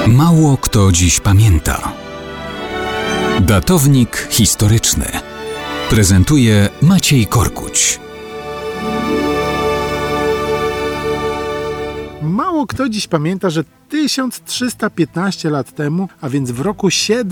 Mało kto dziś pamięta. Datownik historyczny prezentuje Maciej Korkuć. Mało kto dziś pamięta, że 1315 lat temu, a więc w roku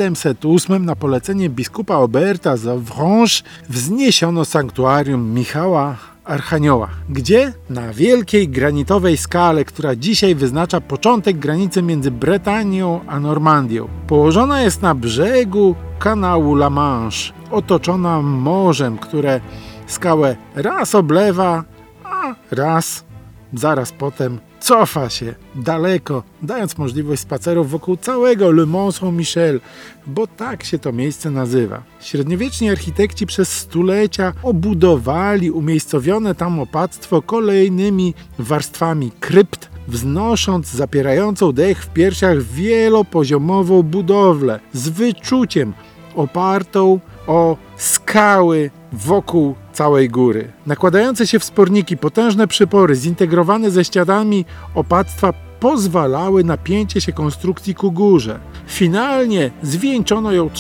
708 na polecenie biskupa Oberta z Avranches wzniesiono sanktuarium Michała Archanioła. Gdzie? Na wielkiej granitowej skale, która dzisiaj wyznacza początek granicy między Bretanią a Normandią. Położona jest na brzegu kanału La Manche, otoczona morzem, które skałę raz oblewa, a raz zaraz potem cofa się daleko, dając możliwość spacerów wokół całego Le Mont Saint-Michel, bo tak się to miejsce nazywa. Średniowieczni architekci przez stulecia obudowali umiejscowione tam opactwo kolejnymi warstwami krypt, wznosząc zapierającą dech w piersiach wielopoziomową budowlę z wyczuciem opartą o skały wokół całej góry. Nakładające się wsporniki, potężne przypory zintegrowane ze ścianami opactwa pozwalały na pięcie się konstrukcji ku górze. Finalnie zwieńczono ją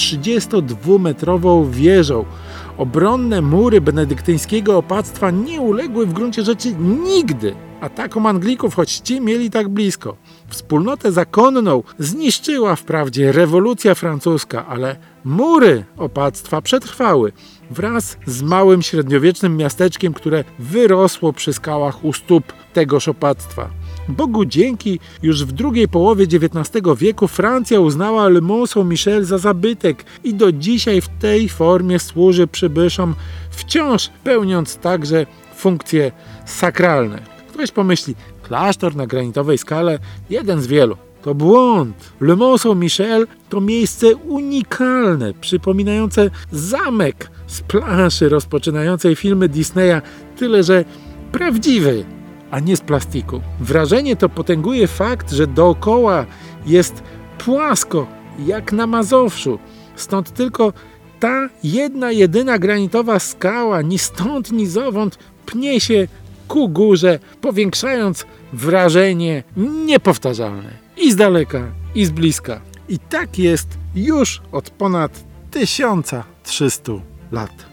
32-metrową wieżą. Obronne mury benedyktyńskiego opactwa nie uległy w gruncie rzeczy nigdy atakom Anglików, choć ci mieli tak blisko. Wspólnotę zakonną zniszczyła wprawdzie rewolucja francuska, ale mury opactwa przetrwały wraz z małym średniowiecznym miasteczkiem, które wyrosło przy skałach u stóp tegoż opactwa. Bogu dzięki, już w drugiej połowie XIX wieku Francja uznała Le Mont Saint-Michel za zabytek i do dzisiaj w tej formie służy przybyszom, wciąż pełniąc także funkcje sakralne. Ktoś pomyśli, klasztor na granitowej skale, jeden z wielu. To błąd. Le Mont Saint-Michel to miejsce unikalne, przypominające zamek z planszy rozpoczynającej filmy Disneya, tyle że prawdziwy, a nie z plastiku. Wrażenie to potęguje fakt, że dookoła jest płasko, jak na Mazowszu. Stąd tylko ta jedna, jedyna granitowa skała, ni stąd, ni zowąd pnie się ku górze, powiększając wrażenie niepowtarzalne. I z daleka, i z bliska. I tak jest już od ponad 1300 lat.